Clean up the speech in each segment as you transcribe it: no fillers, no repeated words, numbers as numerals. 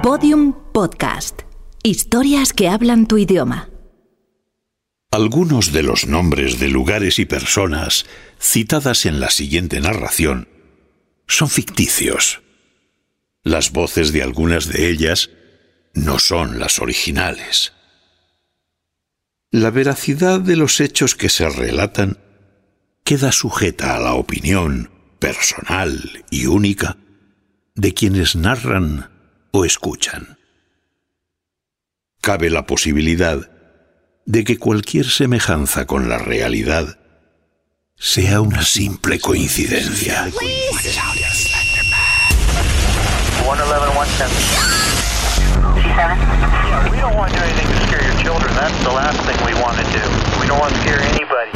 Podium Podcast. Historias que hablan tu idioma. Algunos de los nombres de lugares y personas citadas en la siguiente narración son ficticios. Las voces de algunas de ellas no son las originales. La veracidad de los hechos que se relatan queda sujeta a la opinión personal y única de quienes narran o escuchan. Cabe la posibilidad de que cualquier semejanza con la realidad sea una simple coincidencia. 111-110. We don't want to do anything to scare your children. That's the last thing we want to do. We don't want to scare anybody.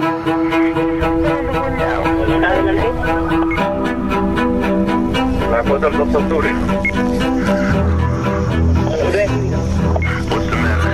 What's the matter?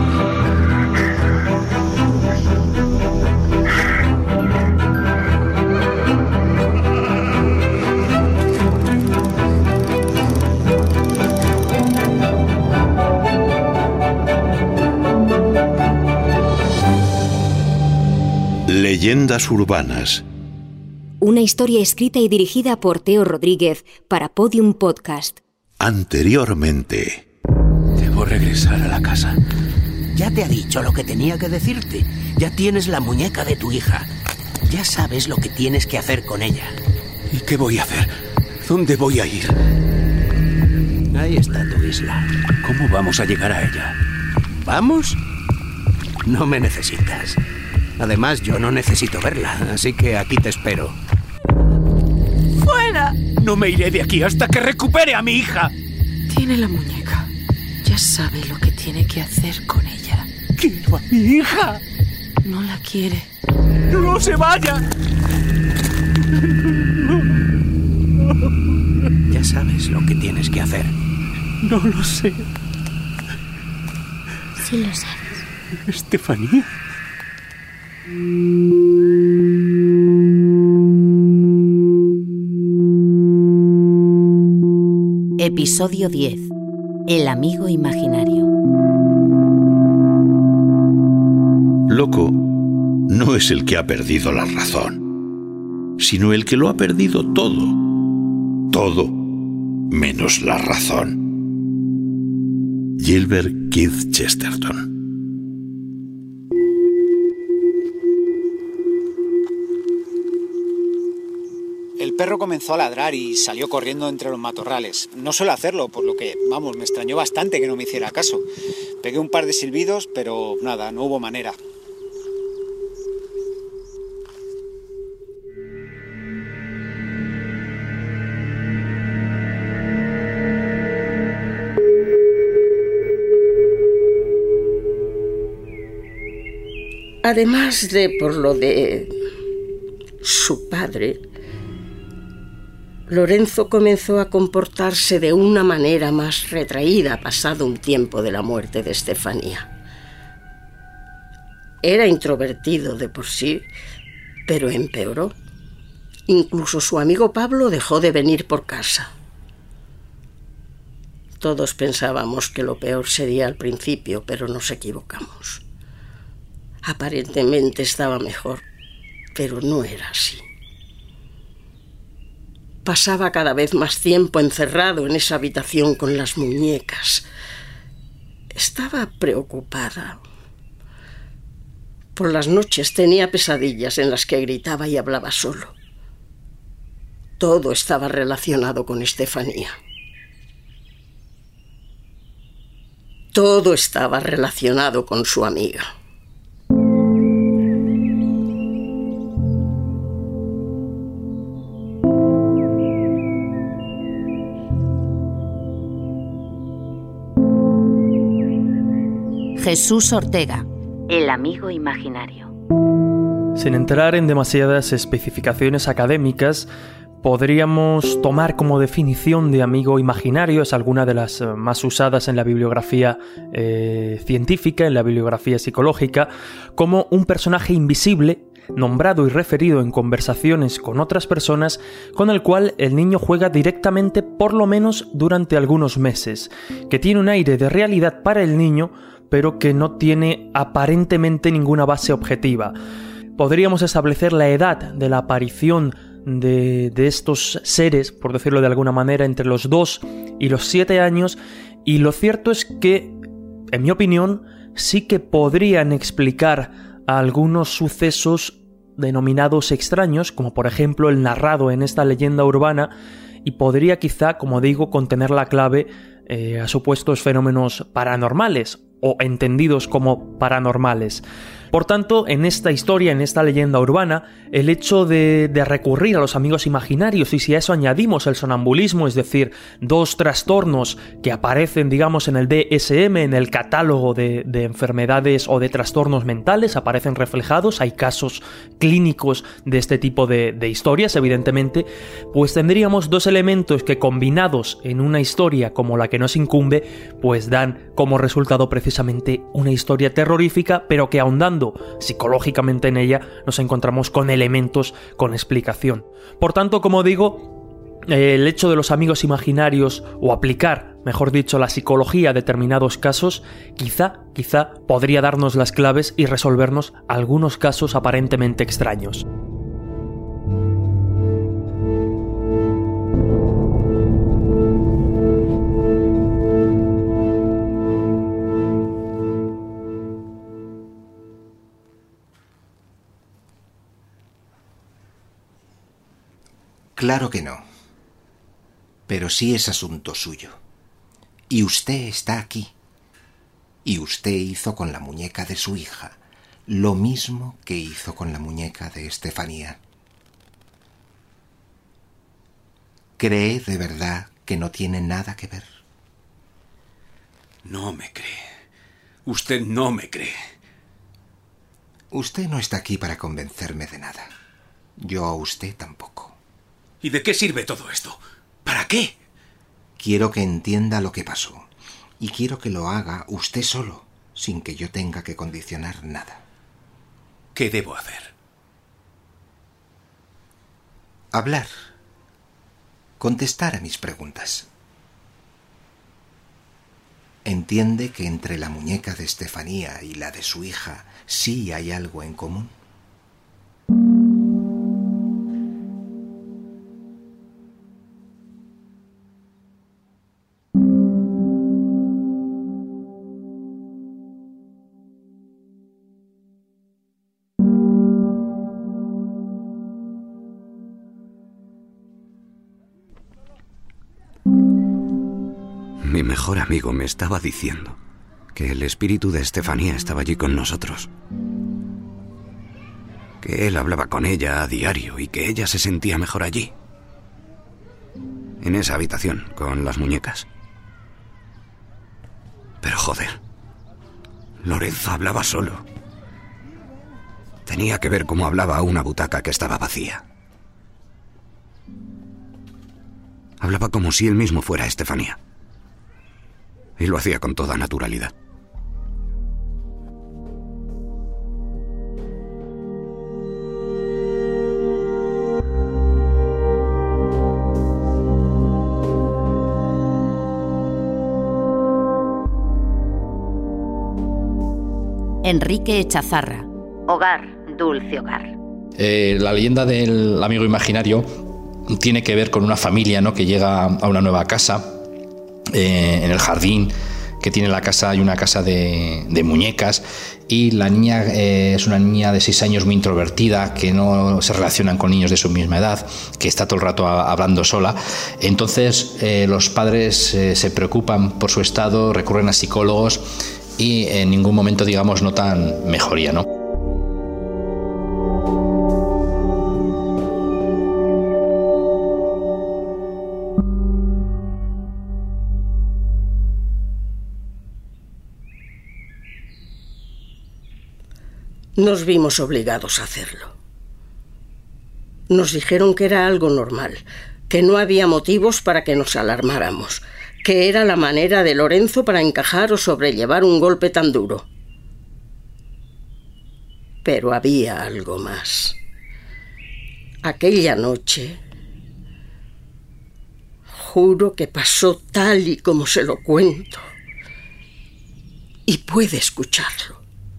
Leyendas urbanas. Una historia escrita y dirigida por Teo Rodríguez para Podium Podcast. Anteriormente. Debo regresar a la casa. Ya te ha dicho lo que tenía que decirte. Ya tienes la muñeca de tu hija. Ya sabes lo que tienes que hacer con ella. ¿Y qué voy a hacer? ¿Dónde voy a ir? Ahí está tu isla. ¿Cómo vamos a llegar a ella? ¿Vamos? No me necesitas. Además, yo no necesito verla, así que aquí te espero. ¡Fuera! No me iré de aquí hasta que recupere a mi hija. Tiene la muñeca. Ya sabe lo que tiene que hacer con ella. ¡Quiero a mi hija! No la quiere. ¡No se vaya! Ya sabes lo que tienes que hacer. No lo sé. Sí lo sabes. Estefanía. Episodio 10. El amigo imaginario. Loco no es el que ha perdido la razón, sino el que lo ha perdido todo. Todo menos la razón. Gilbert Keith Chesterton. El perro comenzó a ladrar y salió corriendo entre los matorrales. No suele hacerlo, por lo que, me extrañó bastante que no me hiciera caso. Pegué un par de silbidos, pero nada, no hubo manera. Además de por lo de su padre, Lorenzo comenzó a comportarse de una manera más retraída pasado un tiempo de la muerte de Estefanía. Era introvertido de por sí, pero empeoró. Incluso su amigo Pablo dejó de venir por casa. Todos pensábamos que lo peor sería al principio, pero nos equivocamos. Aparentemente estaba mejor, pero no era así. Pasaba cada vez más tiempo encerrado en esa habitación con las muñecas. Estaba preocupada. Por las noches tenía pesadillas en las que gritaba y hablaba solo. Todo estaba relacionado con Estefanía. Todo estaba relacionado con su amiga. Jesús Ortega, el amigo imaginario. Sin entrar en demasiadas especificaciones académicas, podríamos tomar como definición de amigo imaginario, es alguna de las más usadas en la bibliografía científica, en la bibliografía psicológica, como un personaje invisible nombrado y referido en conversaciones con otras personas, con el cual el niño juega directamente por lo menos durante algunos meses, que tiene un aire de realidad para el niño, pero que no tiene aparentemente ninguna base objetiva. Podríamos establecer la edad de la aparición de estos seres, por decirlo de alguna manera, entre los 2 y los 7 años, y lo cierto es que, en mi opinión, sí que podrían explicar algunos sucesos denominados extraños, como por ejemplo el narrado en esta leyenda urbana, y podría quizá, como digo, contener la clave a supuestos fenómenos paranormales, o entendidos como paranormales. Por tanto, en esta historia, en esta leyenda urbana, el hecho de recurrir a los amigos imaginarios, y si a eso añadimos el sonambulismo, es decir, 2 trastornos que aparecen, digamos, en el DSM, en el catálogo de enfermedades o de trastornos mentales, aparecen reflejados, hay casos clínicos de este tipo de historias, evidentemente, pues tendríamos 2 elementos que, combinados en una historia como la que nos incumbe, pues dan como resultado precisamente una historia terrorífica, pero que ahondando psicológicamente en ella nos encontramos con elementos con explicación. Por tanto, como digo, el hecho de los amigos imaginarios, o aplicar, mejor dicho, la psicología a determinados casos, quizá podría darnos las claves y resolvernos algunos casos aparentemente extraños. Claro que no. Pero sí es asunto suyo. Y usted está aquí. Y usted hizo con la muñeca de su hija lo mismo que hizo con la muñeca de Estefanía. ¿Cree de verdad que no tiene nada que ver? No me cree. Usted no me cree. Usted no está aquí para convencerme de nada. Yo a usted tampoco. ¿Y de qué sirve todo esto? ¿Para qué? Quiero que entienda lo que pasó. Y quiero que lo haga usted solo, sin que yo tenga que condicionar nada. ¿Qué debo hacer? Hablar. Contestar a mis preguntas. ¿Entiende que entre la muñeca de Estefanía y la de su hija sí hay algo en común? Mi mejor amigo me estaba diciendo que el espíritu de Estefanía estaba allí con nosotros. Que él hablaba con ella a diario y que ella se sentía mejor allí. En esa habitación, con las muñecas. Pero joder, Lorenzo hablaba solo. Tenía que ver cómo hablaba a una butaca que estaba vacía. Hablaba como si él mismo fuera Estefanía. Y lo hacía con toda naturalidad. Enrique Echazarra. Hogar, dulce hogar. La leyenda del amigo imaginario tiene que ver con una familia, ¿no?, que llega a una nueva casa. En el jardín que tiene la casa hay una casa de muñecas, y la niña es una niña de 6 años muy introvertida, que no se relacionan con niños de su misma edad, que está todo el rato hablando sola. Entonces los padres se preocupan por su estado, recurren a psicólogos y en ningún momento, digamos, notan mejoría, ¿no? Nos vimos obligados a hacerlo. Nos dijeron que era algo normal, que no había motivos para que nos alarmáramos, que era la manera de Lorenzo para encajar o sobrellevar un golpe tan duro. Pero había algo más. Aquella noche, juro que pasó tal y como se lo cuento. Y puede escucharlo.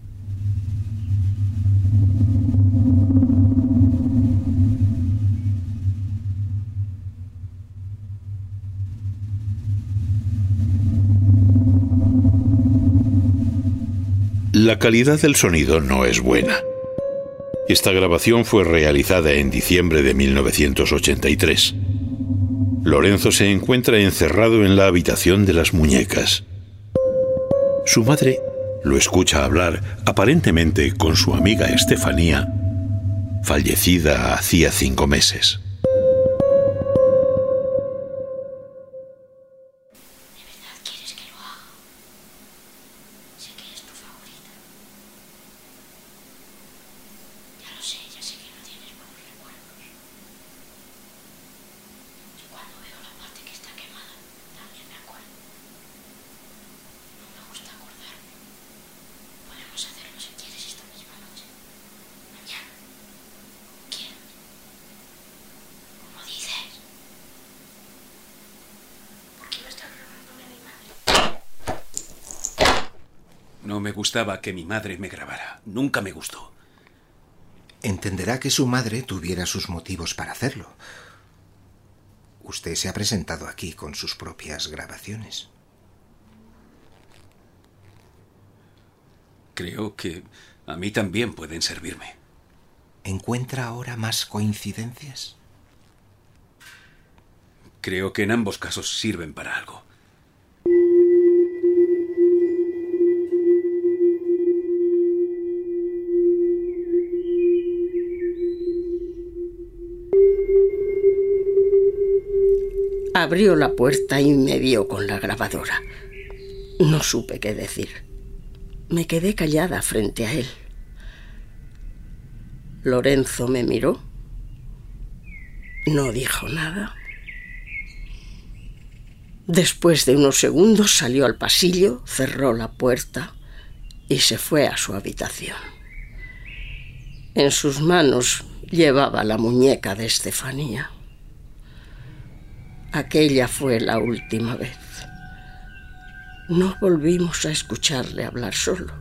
La calidad del sonido no es buena. Esta grabación fue realizada en diciembre de 1983. Lorenzo se encuentra encerrado en la habitación de las muñecas. Su madre lo escucha hablar, aparentemente con su amiga Estefanía, fallecida hacía 5 meses. No me gustaba que mi madre me grabara. Nunca me gustó. Entenderá que su madre tuviera sus motivos para hacerlo. Usted se ha presentado aquí con sus propias grabaciones. Creo que a mí también pueden servirme. ¿Encuentra ahora más coincidencias? Creo que en ambos casos sirven para algo. Abrió la puerta y me vio con la grabadora. No supe qué decir. Me quedé callada frente a él. Lorenzo me miró. No dijo nada. Después de unos segundos salió al pasillo, cerró la puerta y se fue a su habitación. En sus manos llevaba la muñeca de Estefanía. Aquella fue la última vez. No volvimos a escucharle hablar solo.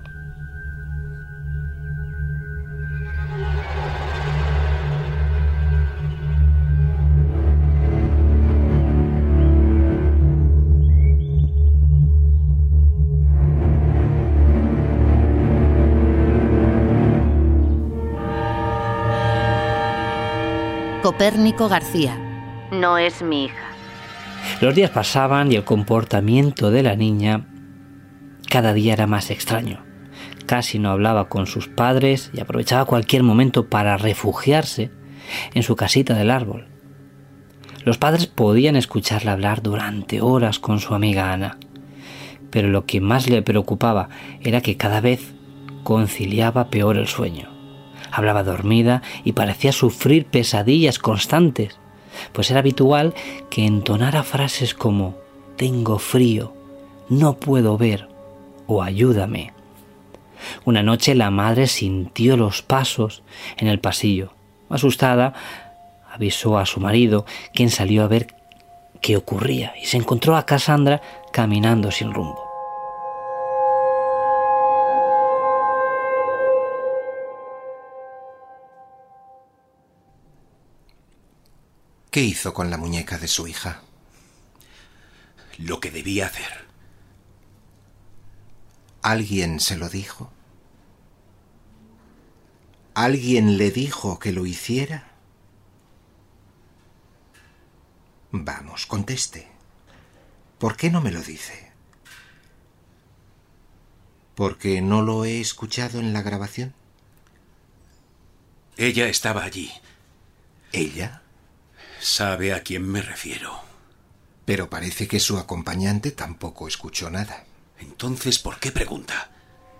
Copérnico García. No es mi hija. Los días pasaban y el comportamiento de la niña cada día era más extraño. Casi no hablaba con sus padres y aprovechaba cualquier momento para refugiarse en su casita del árbol. Los padres podían escucharla hablar durante horas con su amiga Ana, pero lo que más le preocupaba era que cada vez conciliaba peor el sueño. Hablaba dormida y parecía sufrir pesadillas constantes, pues era habitual que entonara frases como «tengo frío», «no puedo ver» o «ayúdame». Una noche la madre sintió los pasos en el pasillo. Asustada, avisó a su marido, quien salió a ver qué ocurría, y se encontró a Cassandra caminando sin rumbo. ¿Qué hizo con la muñeca de su hija? Lo que debía hacer. ¿Alguien se lo dijo? ¿Alguien le dijo que lo hiciera? Vamos, conteste. ¿Por qué no me lo dice? ¿Porque no lo he escuchado en la grabación? Ella estaba allí. ¿Ella? Sabe a quién me refiero. Pero parece que su acompañante tampoco escuchó nada. Entonces, ¿por qué pregunta?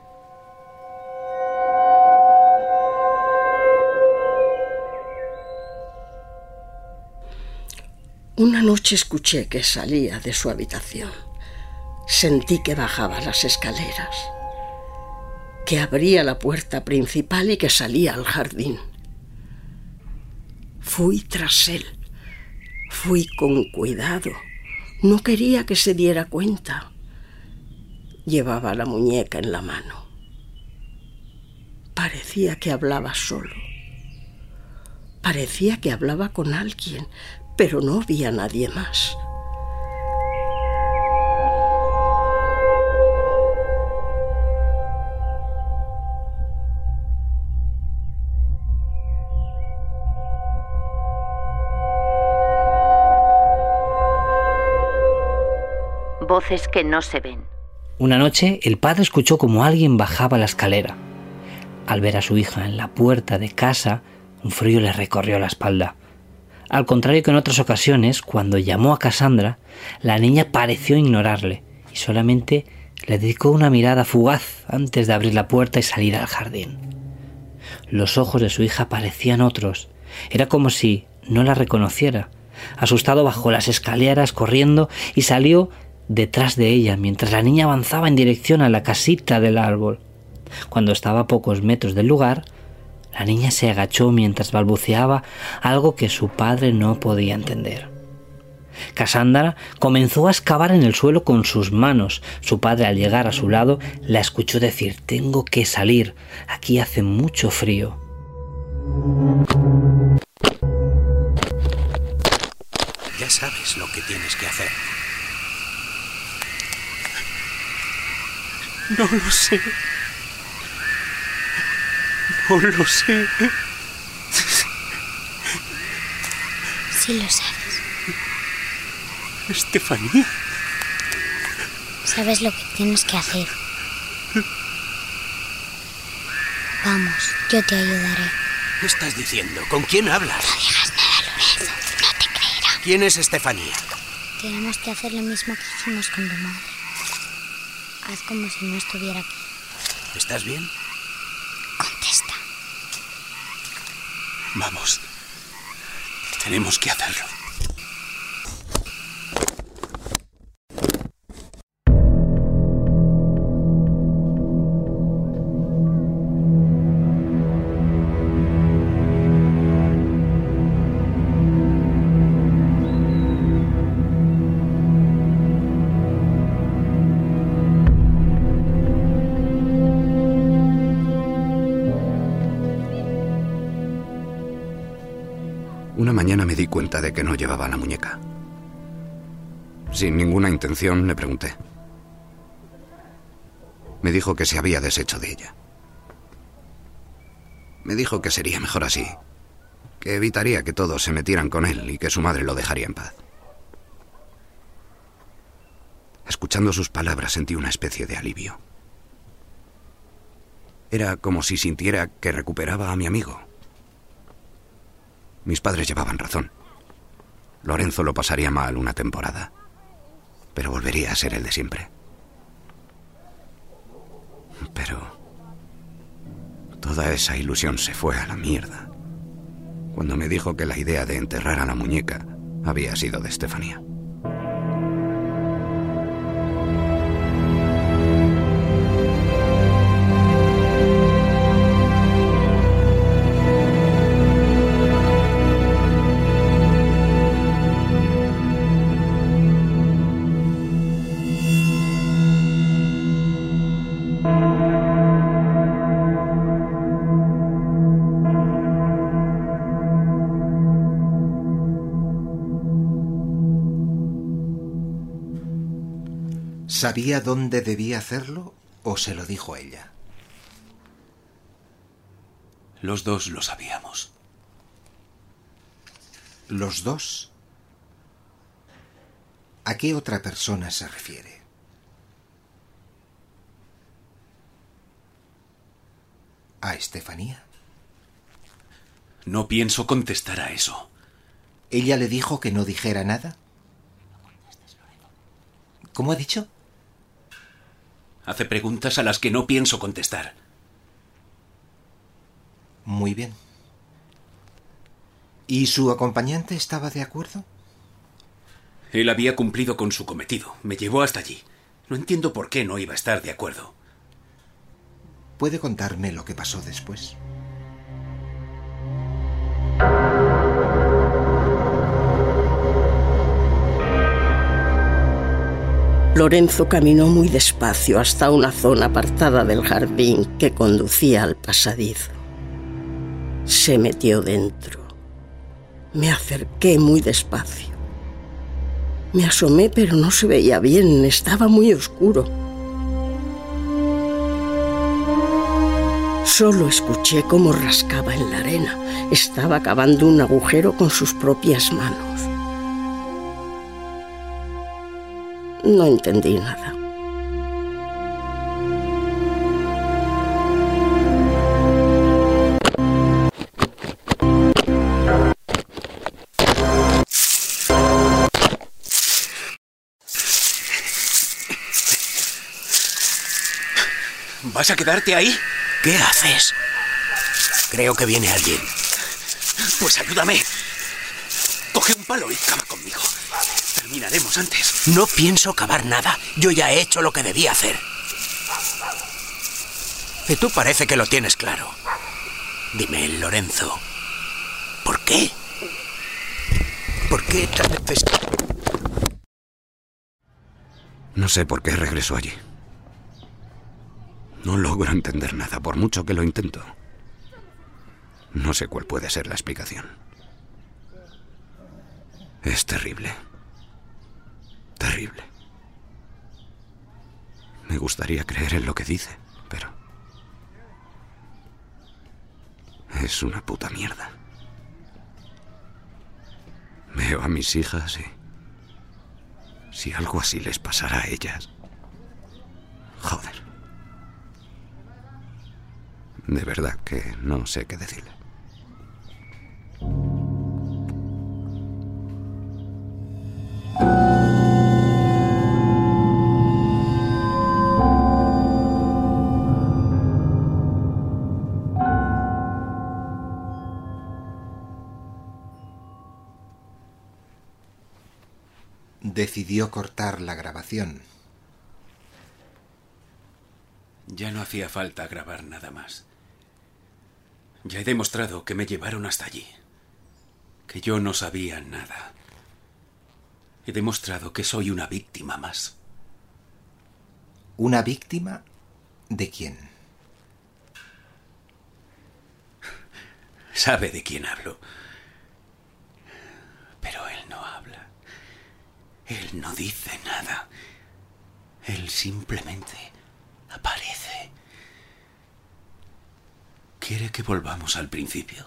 Una noche escuché que salía de su habitación. Sentí que bajaba las escaleras. que abría la puerta principal y que salía al jardín. Fui tras él. Fui con cuidado. No quería que se diera cuenta. Llevaba la muñeca en la mano. Parecía que hablaba solo. Parecía que hablaba con alguien, pero no había nadie más. Voces que no se ven. Una noche, el padre escuchó como alguien bajaba la escalera. Al ver a su hija en la puerta de casa, un frío le recorrió la espalda. Al contrario que en otras ocasiones, cuando llamó a Cassandra, la niña pareció ignorarle y solamente le dedicó una mirada fugaz antes de abrir la puerta y salir al jardín. Los ojos de su hija parecían otros. Era como si no la reconociera. Asustado, bajó las escaleras corriendo y salió detrás de ella mientras la niña avanzaba en dirección a la casita del árbol. Cuando estaba a pocos metros del lugar, la niña se agachó mientras balbuceaba algo que su padre no podía entender. Cassandra comenzó a excavar en el suelo con sus manos. Su padre, al llegar a su lado, la escuchó decir: «Tengo que salir, aquí hace mucho frío». Ya sabes lo que tienes que hacer. No lo sé. No lo sé. Sí lo sabes. Estefanía. Sabes lo que tienes que hacer. Vamos, yo te ayudaré. ¿Qué estás diciendo? ¿Con quién hablas? No digas nada, Lorenzo. No te creerá. ¿Quién es Estefanía? Tenemos que hacer lo mismo que hicimos con tu madre. Haz como si no estuviera aquí. ¿Estás bien? Contesta. Vamos. Tenemos que hacerlo. Una mañana me di cuenta de que no llevaba la muñeca. Sin ninguna intención le pregunté. Me dijo que se había deshecho de ella. Me dijo que sería mejor así, que evitaría que todos se metieran con él y que su madre lo dejaría en paz. Escuchando sus palabras sentí una especie de alivio. Era como si sintiera que recuperaba a mi amigo. Mis padres llevaban razón. Lorenzo lo pasaría mal una temporada, pero volvería a ser el de siempre. Pero toda esa ilusión se fue a la mierda cuando me dijo que la idea de enterrar a la muñeca había sido de Estefanía. ¿Sabía dónde debía hacerlo o se lo dijo ella? Los dos lo sabíamos. ¿Los dos? ¿A qué otra persona se refiere? ¿A Estefanía? No pienso contestar a eso. ¿Ella le dijo que no dijera nada? ¿Cómo ha dicho? Hace preguntas a las que no pienso contestar. Muy bien. ¿Y su acompañante estaba de acuerdo? Él había cumplido con su cometido. Me llevó hasta allí. No entiendo por qué no iba a estar de acuerdo. ¿Puede contarme lo que pasó después? Lorenzo caminó muy despacio hasta una zona apartada del jardín que conducía al pasadizo. Se metió dentro. Me acerqué muy despacio. Me asomé, pero no se veía bien, estaba muy oscuro. Solo escuché cómo rascaba en la arena. Estaba cavando un agujero con sus propias manos. No entendí nada. ¿Vas a quedarte ahí? ¿Qué haces? Creo que viene alguien. Pues ayúdame. Coge un palo y cava conmigo. Terminaremos antes. No pienso cavar nada. Yo ya he hecho lo que debía hacer. Y tú parece que lo tienes claro. Dime, Lorenzo, ¿por qué? ¿Por qué tal vez? No sé por qué regresó allí. No logro entender nada, por mucho que lo intento. No sé cuál puede ser la explicación. Es terrible. Terrible. Me gustaría creer en lo que dice, pero... es una puta mierda. Veo a mis hijas y... si algo así les pasara a ellas... joder. De verdad que no sé qué decirle. Decidió cortar la grabación. Ya no hacía falta grabar nada más. Ya he demostrado que me llevaron hasta allí. Que yo no sabía nada. He demostrado que soy una víctima más. ¿Una víctima de quién? Sabe de quién hablo. Pero él no habla. Él no dice nada. Él simplemente aparece. ¿Quiere que volvamos al principio?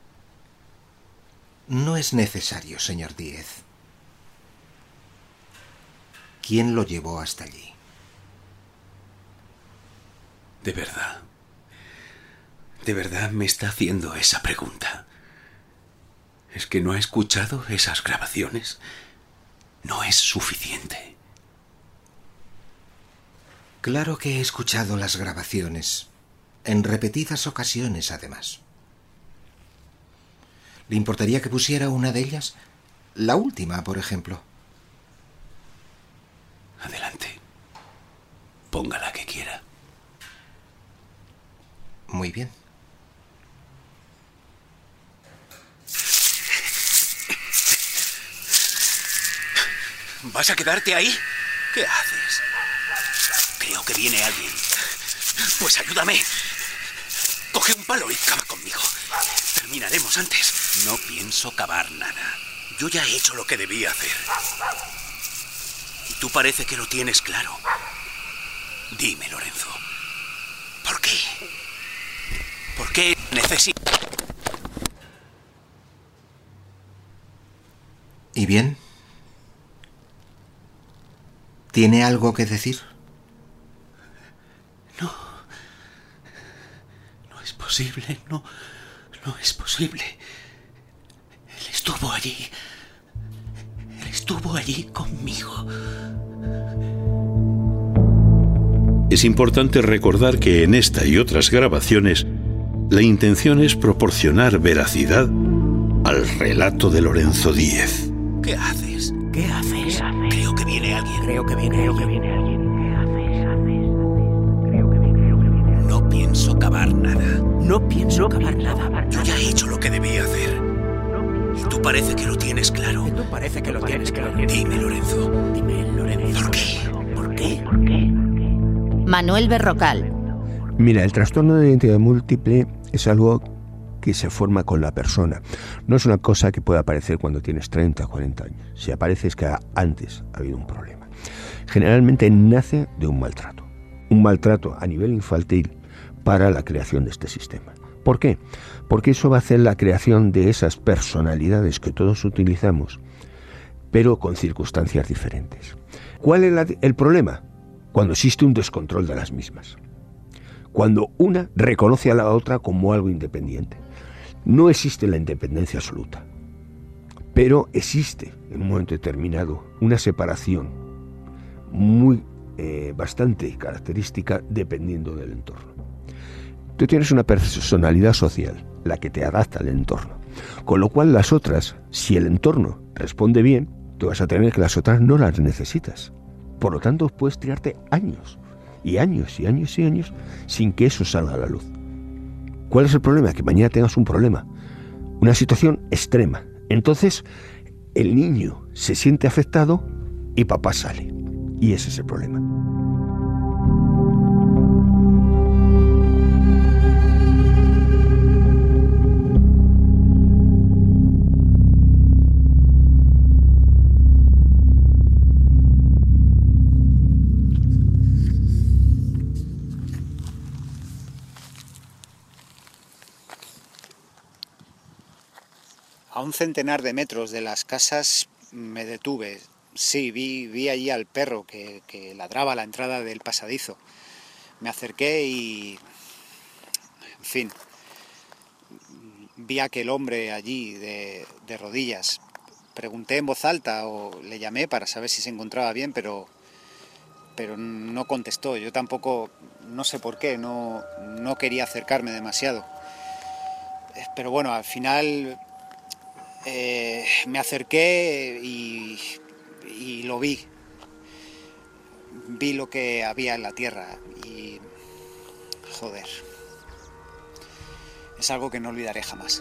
No es necesario, señor Díez. ¿Quién lo llevó hasta allí? ¿De verdad me está haciendo esa pregunta? ¿Es que no ha escuchado esas grabaciones? ¿No es suficiente? Claro que he escuchado las grabaciones, en repetidas ocasiones además. ¿Le importaría que pusiera una de ellas? La última, por ejemplo. Adelante. Ponga la que quiera. Muy bien. ¿Vas a quedarte ahí? ¿Qué haces? Creo que viene alguien. Pues ayúdame. Coge un palo y cava conmigo. Terminaremos antes. No pienso cavar nada. Yo ya he hecho lo que debía hacer. Y tú parece que lo tienes claro. Dime, Lorenzo. ¿Por qué? ¿Por qué necesito? ¿Y bien? ¿Tiene algo que decir? No. No es posible. No es posible. Él estuvo allí. Él estuvo allí conmigo. Es importante recordar que en esta y otras grabaciones, la intención es proporcionar veracidad al relato de Lorenzo Díez. ¿Qué haces? ¿Qué haces? Creo que viene alguien. Creo que viene alguien. No pienso pienso cavar nada. No pienso cavar nada. Yo ya he hecho lo que debía hacer. Y tú parece que lo tienes claro. Dime, Lorenzo. ¿Por qué? ¿Por qué? Manuel Berrocal. Mira, el trastorno de identidad múltiple es algo que se forma con la persona. No es una cosa que pueda aparecer cuando tienes 30 o 40 años. Si aparece es que antes ha habido un problema. Generalmente nace de un maltrato. Un maltrato a nivel infantil para la creación de este sistema. ¿Por qué? Porque eso va a hacer la creación de esas personalidades que todos utilizamos, pero con circunstancias diferentes. ¿Cuál es el problema? Cuando existe un descontrol de las mismas. Cuando una reconoce a la otra como algo independiente. No existe la independencia absoluta, pero existe en un momento determinado una separación muy bastante característica dependiendo del entorno. Tú tienes una personalidad social, la que te adapta al entorno, con lo cual las otras, si el entorno responde bien, tú vas a tener que las otras no las necesitas. Por lo tanto, puedes tirarte años y años y años y años sin que eso salga a la luz. ¿Cuál es el problema? Que mañana tengas un problema, una situación extrema. Entonces, el niño se siente afectado y papá sale. Y ese es el problema. A un centenar de metros de las casas me detuve. Sí, vi allí al perro que ladraba a la entrada del pasadizo. Me acerqué y... en fin, vi a aquel hombre allí de rodillas. Pregunté en voz alta o le llamé para saber si se encontraba bien, pero no contestó. Yo tampoco, no sé por qué, no quería acercarme demasiado. Pero bueno, al final me acerqué y lo vi. Vi lo que había en la tierra y... joder. Es algo que no olvidaré jamás.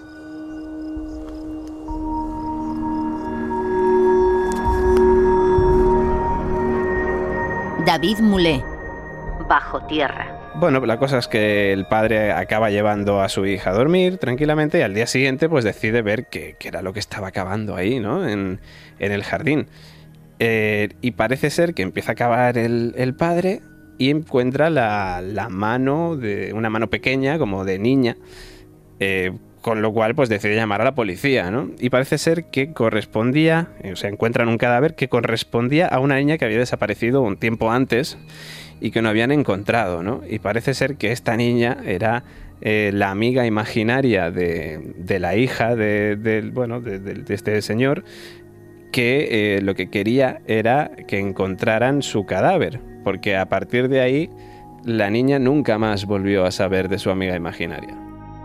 David Mulé. Bajo tierra. Bueno, la cosa es que el padre acaba llevando a su hija a dormir tranquilamente y al día siguiente pues decide ver qué era lo que estaba cavando ahí, ¿no? En el jardín. Y parece ser que empieza a cavar el padre y encuentra la mano, una mano pequeña, como de niña, con lo cual pues decide llamar a la policía, ¿no? Y parece ser que correspondía, o sea, encuentran un cadáver que correspondía a una niña que había desaparecido un tiempo antes y que no habían encontrado, ¿no? Y parece ser que esta niña era la amiga imaginaria de la hija de este señor, que lo que quería era que encontraran su cadáver, porque a partir de ahí la niña nunca más volvió a saber de su amiga imaginaria.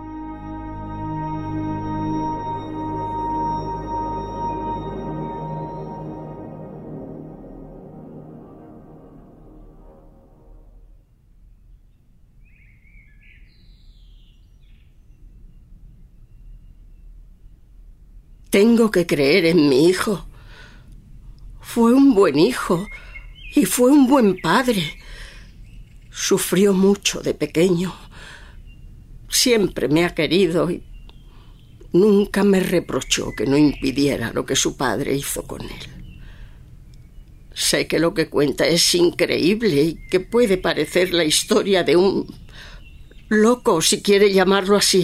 Tengo que creer en mi hijo. Fue un buen hijo y fue un buen padre. Sufrió mucho de pequeño. Siempre me ha querido y nunca me reprochó que no impidiera lo que su padre hizo con él. Sé que lo que cuenta es increíble y que puede parecer la historia de un loco, si quiere llamarlo así.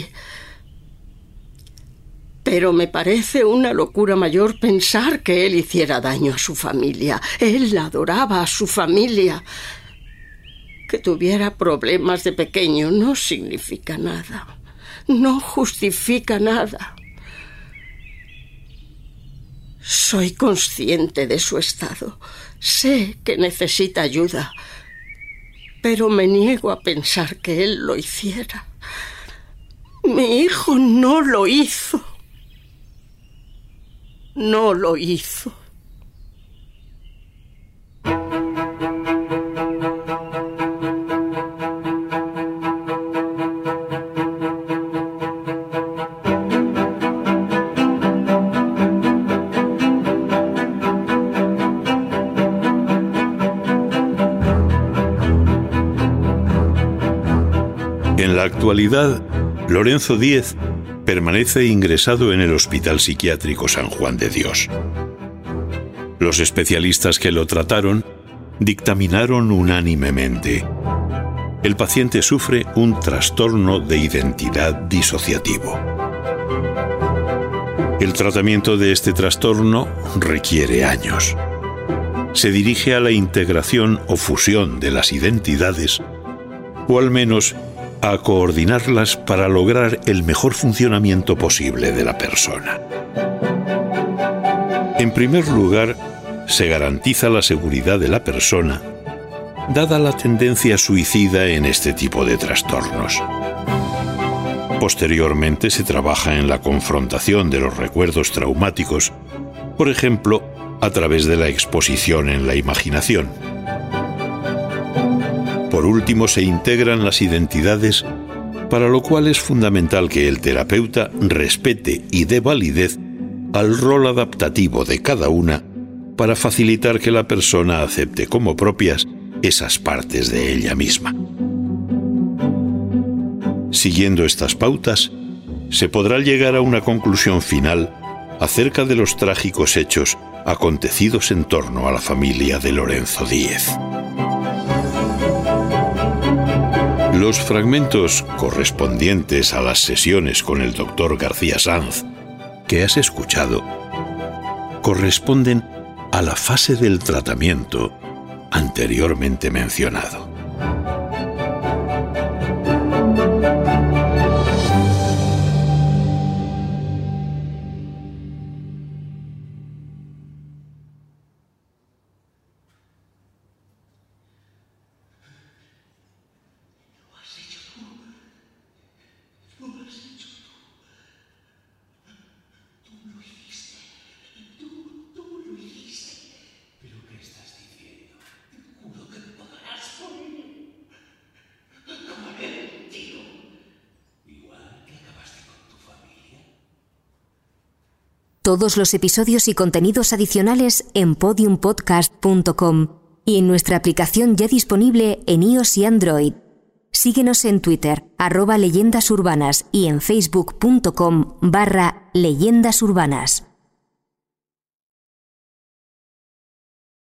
Pero me parece una locura mayor pensar que él hiciera daño a su familia. Él adoraba a su familia. Que tuviera problemas de pequeño no significa nada. No justifica nada. Soy consciente de su estado. Sé que necesita ayuda. Pero me niego a pensar que él lo hiciera. Mi hijo no lo hizo. No lo hizo. En la actualidad, Lorenzo Díez permanece ingresado en el Hospital Psiquiátrico San Juan de Dios. Los especialistas que lo trataron dictaminaron unánimemente: el paciente sufre un trastorno de identidad disociativo. El tratamiento de este trastorno requiere años. Se dirige a la integración o fusión de las identidades, o al menos a coordinarlas para lograr el mejor funcionamiento posible de la persona. En primer lugar, se garantiza la seguridad de la persona, dada la tendencia suicida en este tipo de trastornos. Posteriormente se trabaja en la confrontación de los recuerdos traumáticos, por ejemplo, a través de la exposición en la imaginación. Por último, se integran las identidades, para lo cual es fundamental que el terapeuta respete y dé validez al rol adaptativo de cada una para facilitar que la persona acepte como propias esas partes de ella misma. Siguiendo estas pautas, se podrá llegar a una conclusión final acerca de los trágicos hechos acontecidos en torno a la familia de Lorenzo Díez. Los fragmentos correspondientes a las sesiones con el doctor García Sanz que has escuchado corresponden a la fase del tratamiento anteriormente mencionado. Todos los episodios y contenidos adicionales en podiumpodcast.com y en nuestra aplicación ya disponible en iOS y Android. Síguenos en Twitter, @leyendasurbanas y en facebook.com/leyendasurbanas.